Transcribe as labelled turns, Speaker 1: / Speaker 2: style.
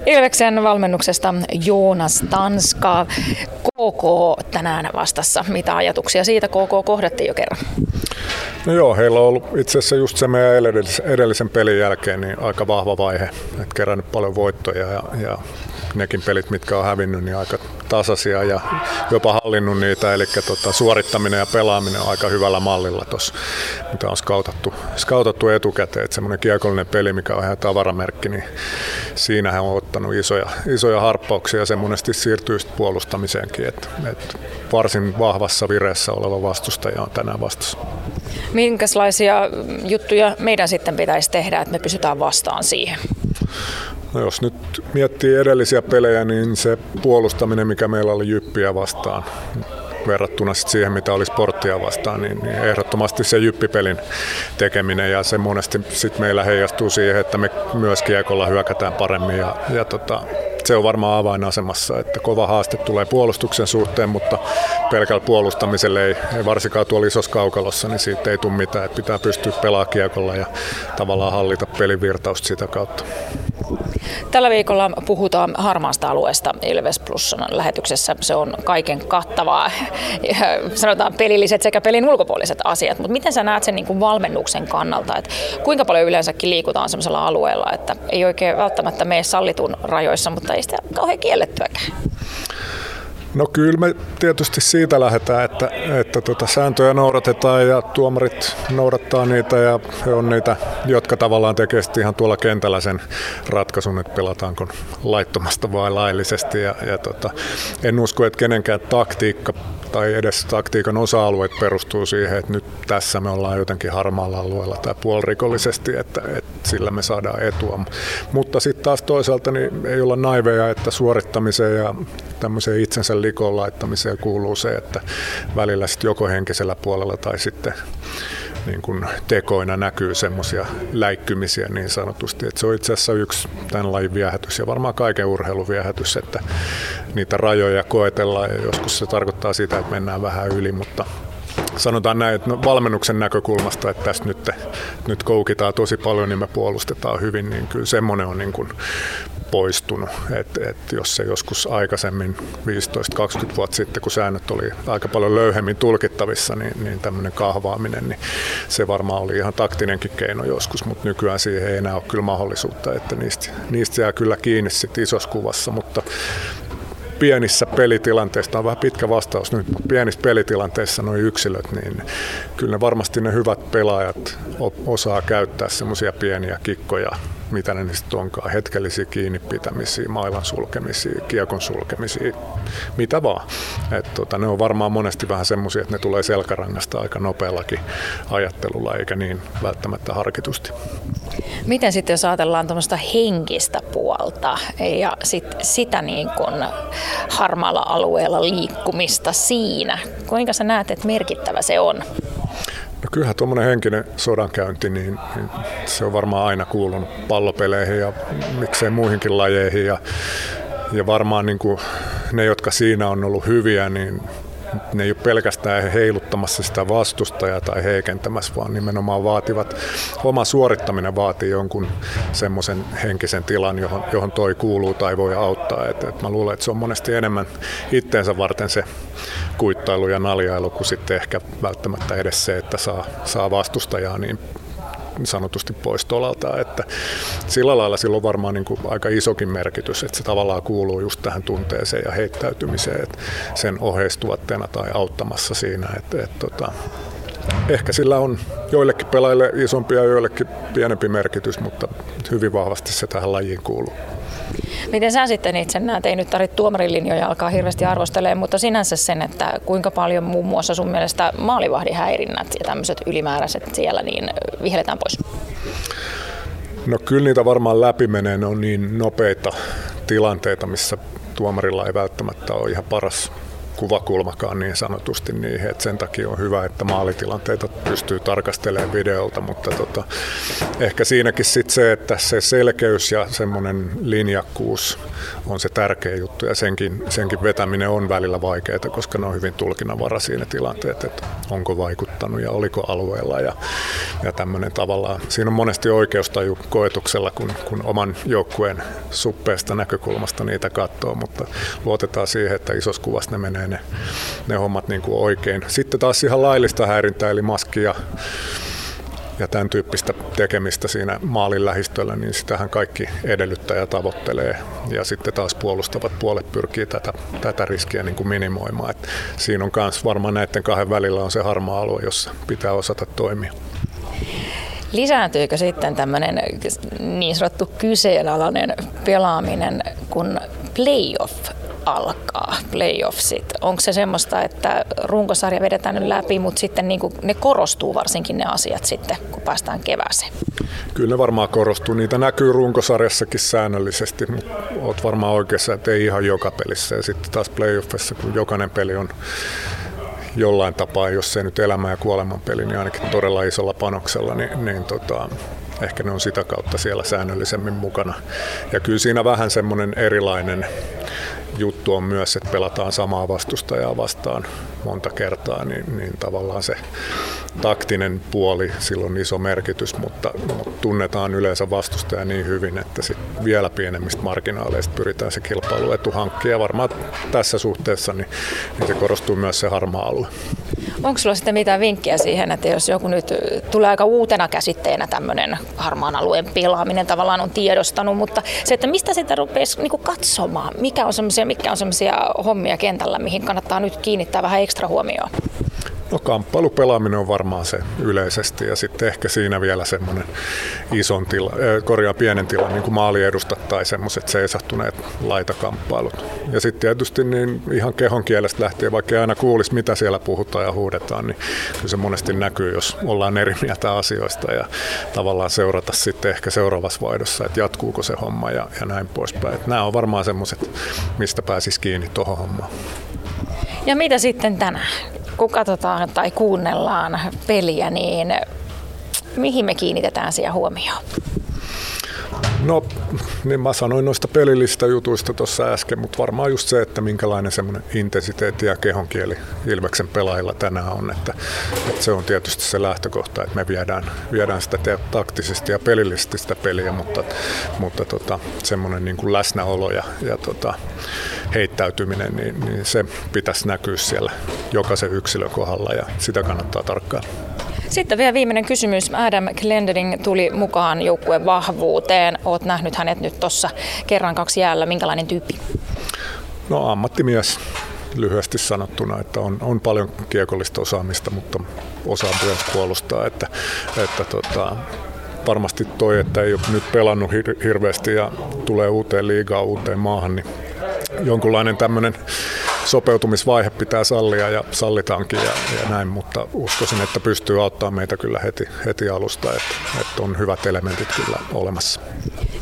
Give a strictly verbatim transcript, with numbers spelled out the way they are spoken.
Speaker 1: Ilveksen valmennuksesta Joonas Tanska. K K tänään vastassa. Mitä ajatuksia siitä? K K kohdattiin jo kerran.
Speaker 2: No joo, heillä on ollut itse asiassa just se meidän edellisen pelin jälkeen niin aika vahva vaihe. Et kerännyt paljon voittoja ja, ja nekin pelit, mitkä on hävinnyt, niin aika tasaisia ja jopa hallinnut niitä. Eli tota, suorittaminen ja pelaaminen on aika hyvällä mallilla tuossa, mitä on skautattu, skautattu etukäteen. Että semmoinen kiekollinen peli, mikä on ihan tavaramerkki, niin siinä he on ottanut isoja, isoja harppauksia ja se monesti siirtyy puolustamiseenkin. Et, et varsin vahvassa vireessä oleva vastustaja on tänään vastassa.
Speaker 1: Minkälaisia juttuja meidän sitten pitäisi tehdä, että me pysytään vastaan siihen?
Speaker 2: No jos nyt miettii edellisiä pelejä, niin se puolustaminen, mikä meillä oli Jyppiä vastaan, verrattuna sit siihen, mitä oli Sporttia vastaan, niin, niin ehdottomasti se Jyppipelin tekeminen ja se monesti sit meillä heijastuu siihen, että me myös kiekolla hyökätään paremmin ja, ja tota, se on varmaan avainasemassa, että kova haaste tulee puolustuksen suhteen, mutta pelkällä puolustamiselle ei, ei varsinkaan tuolla isossa kaukalossa, niin siitä ei tule mitään, että pitää pystyä pelaamaan kiekolla ja tavallaan hallita pelin virtausta sitä kautta.
Speaker 1: Tällä viikolla puhutaan harmaasta alueesta Ilves Plusan lähetyksessä. Se on kaiken kattavaa, sanotaan pelilliset sekä pelin ulkopuoliset asiat. Mutta miten sä näet sen niin kuin valmennuksen kannalta, että kuinka paljon yleensäkin liikutaan sellaisella alueella, että ei oikein välttämättä mene sallitun rajoissa, mutta ei sitä kauhean kiellettyäkään?
Speaker 2: No kyllä me tietysti siitä lähdetään, että, että tuota sääntöjä noudatetaan ja tuomarit noudattaa niitä ja he on niitä, jotka tavallaan tekee ihan tuolla kentällä sen ratkaisun, että pelataanko laittomasta vai laillisesti. Ja, ja tota, en usko, että kenenkään taktiikka tai edes taktiikan osa-alueet perustuu siihen, että nyt tässä me ollaan jotenkin harmaalla alueella tai puolirikollisesti, että, että sillä me saadaan etua. Mutta sitten taas toisaalta niin ei olla naiveja, että suorittamiseen ja tämmöiseen itsensä likoon laittamiseen kuuluu se, että välillä sitten joko henkisellä puolella tai sitten niin kuin tekoina näkyy semmoisia läikkymisiä niin sanotusti. Että se on itse asiassa yksi tämän lajin viehätys ja varmaan kaiken urheilun viehätys, että niitä rajoja koetellaan ja joskus se tarkoittaa sitä, että mennään vähän yli, mutta sanotaan näin, että no valmennuksen näkökulmasta, että tässä nyt, nyt koukitaan tosi paljon, niin me puolustetaan hyvin, niin kyllä semmoinen on niin kuin poistunut. Et, et jos se joskus aikaisemmin viisitoista kaksikymmentä vuotta sitten, kun säännöt oli aika paljon löyhemmin tulkittavissa, niin, niin tämmöinen kahvaaminen, niin se varmaan oli ihan taktinenkin keino joskus, mutta nykyään siihen ei enää ole kyllä mahdollisuutta, että niistä, niistä jää kyllä kiinni sit isossa kuvassa, mutta pienissä pelitilanteissa, on vähän pitkä vastaus nyt, mutta pienissä pelitilanteissa nuo yksilöt, niin kyllä ne varmasti ne hyvät pelaajat osaa käyttää semmoisia pieniä kikkoja, mitä ne sitten onkaan, hetkellisiä kiinnipitämisiä, mailan sulkemisia, kiekon sulkemisia, mitä vaan. Et tota, ne on varmaan monesti vähän semmoisia, että ne tulee selkärangasta aika nopeallakin ajattelulla, eikä niin välttämättä harkitusti.
Speaker 1: Miten sitten, jos ajatellaan tuommoista henkistä puolta ja sit sitä niin kuin harmaalla alueella liikkumista siinä, kuinka sä näet, että merkittävä se on?
Speaker 2: No kyllähän tuommoinen henkinen sodankäynti, niin, niin se on varmaan aina kuulunut pallopeleihin ja miksei muihinkin lajeihin. Ja, ja varmaan niin kuin ne, jotka siinä on ollut hyviä, niin ne ei ole pelkästään heiluttamassa sitä vastustajaa tai heikentämässä, vaan nimenomaan vaativat, oma suorittaminen vaatii jonkun semmoisen henkisen tilan, johon, johon toi kuuluu tai voi auttaa. Et, et mä luulen, että se on monesti enemmän itteensä varten se kuittailu ja naljailu kuin sitten ehkä välttämättä edes se, että saa, saa vastustajaa niin sanotusti pois tolalta, että sillä lailla sillä on varmaan niin kuin aika isokin merkitys, että se tavallaan kuuluu just tähän tunteeseen ja heittäytymiseen, että sen oheistuotteena tai auttamassa siinä, että, että, että ehkä sillä on joillekin pelaajille isompi ja joillekin pienempi merkitys, mutta hyvin vahvasti se tähän lajiin kuuluu.
Speaker 1: Miten sä sitten itse näet, ei nyt tarvitse tuomarin linjoja alkaa hirveästi arvostelemaan, mutta sinänsä sen, että kuinka paljon muun muassa sun mielestä maalivahdihäirinnät ja tämmöiset ylimääräiset siellä niin vihelletään pois?
Speaker 2: No kyllä niitä varmaan läpi menee, ne on niin nopeita tilanteita, missä tuomarilla ei välttämättä ole ihan paras kuvakulmakaan niin sanotusti niihin, että sen takia on hyvä, että maalitilanteita pystyy tarkastelemaan videolta, mutta tota, ehkä siinäkin sit se, että se selkeys ja semmoinen linjakkuus on se tärkeä juttu ja senkin, senkin vetäminen on välillä vaikeaa, koska ne on hyvin tulkinnanvaraisia ne tilanteet, että onko vaikuttanut ja oliko alueella ja, ja tämmöinen tavallaan. Siinä on monesti oikeustaju koetuksella, kun, kun oman joukkueen suppeasta näkökulmasta niitä katsoo, mutta luotetaan siihen, että isossa kuvassa ne menee ne, ne hommat niin kuin oikein. Sitten taas ihan laillista häirintää, eli maskia ja tämän tyyppistä tekemistä siinä maalin lähistöllä, niin sitähän kaikki edellyttää ja tavoittelee. Ja sitten taas puolustavat puolet pyrkii tätä, tätä riskiä niin kuin minimoimaan. Et siinä on myös varmaan näiden kahden välillä on se harmaa alue, jossa pitää osata toimia.
Speaker 1: Lisääntyykö sitten tämmöinen niin sanottu kyseenalainen pelaaminen, kun playoff alkaa, playoffsit? Onko se semmoista, että runkosarja vedetään nyt läpi, mutta sitten niin kuin ne korostuu varsinkin ne asiat sitten, kun päästään kevääseen?
Speaker 2: Kyllä ne varmaan korostuu. Niitä näkyy runkosarjassakin säännöllisesti, mutta olet varmaan oikeassa, että ei ihan joka pelissä. Ja sitten taas playoffissa, kun jokainen peli on jollain tapaa, jos ei nyt elämä- ja kuoleman peli, niin ainakin todella isolla panoksella, niin, niin tota, ehkä ne on sitä kautta siellä säännöllisemmin mukana. Ja kyllä siinä vähän semmoinen erilainen juttu on myös, että pelataan samaa vastustajaa vastaan monta kertaa, niin, niin tavallaan se taktinen puoli, sillä on iso merkitys, mutta, mutta tunnetaan yleensä vastustaja niin hyvin, että sit vielä pienemmistä marginaaleista pyritään se kilpailuetu hankkia. Ja varmaan tässä suhteessa niin, niin se korostuu myös se harmaa alue.
Speaker 1: Onko sulla sitten mitään vinkkiä siihen, että jos joku nyt tulee aika uutena käsitteenä tämmöinen harmaan alueen pelaaminen tavallaan on tiedostanut, mutta se, että mistä sitä rupeaisi niin kuin katsomaan, mikä on semmoisia, mitkä on semmoisia hommia kentällä, mihin kannattaa nyt kiinnittää vähän ekstra huomioon?
Speaker 2: No kamppailupelaaminen on varmaan se yleisesti ja sitten ehkä siinä vielä semmoinen ison tila, korjaa pienen tilan, niin kuin maaliedustat tai semmoiset seisahtuneet laitakamppailut. Ja sitten tietysti niin ihan kehon kielestä lähtien, vaikka ei aina kuulisi mitä siellä puhutaan ja huudetaan, niin kyllä se monesti näkyy, jos ollaan eri mieltä asioista ja tavallaan seurata sitten ehkä seuraavassa vaihdossa, että jatkuuko se homma ja, ja näin poispäin. Että nämä on varmaan semmoiset, mistä pääsisi kiinni tuohon hommaan.
Speaker 1: Ja mitä sitten tänään? Kun katsotaan tai kuunnellaan peliä, niin mihin me kiinnitetään siihen huomioon?
Speaker 2: No, niin mä sanoin noista pelillisistä jutuista tuossa äsken, mutta varmaan just se, että minkälainen semmoinen intensiteetti ja kehonkieli Ilveksen pelaajilla tänään on, että, että se on tietysti se lähtökohta, että me viedään, viedään sitä taktisesti ja pelillisesti sitä peliä, mutta, mutta tota, semmoinen niin kuin läsnäolo ja, ja tota, heittäytyminen, niin, niin se pitäisi näkyä siellä jokaisen yksilön kohdalla ja sitä kannattaa tarkkailla.
Speaker 1: Sitten vielä viimeinen kysymys. Adam Glendening tuli mukaan joukkueen vahvuuteen. Olet nähnyt hänet nyt tuossa kerran kaksi jäällä. Minkälainen tyyppi?
Speaker 2: No ammattimies lyhyesti sanottuna, että on, on paljon kiekollista osaamista, mutta osaa myös puolustaa. Että, että tota, varmasti toi, että ei ole nyt pelannut hir- hirveästi ja tulee uuteen liigaan, uuteen maahan, niin jonkunlainen tämmöinen sopeutumisvaihe pitää sallia ja sallitaankin ja, ja näin, mutta uskoisin, että pystyy auttamaan meitä kyllä heti, heti alusta, että, että on hyvät elementit kyllä olemassa.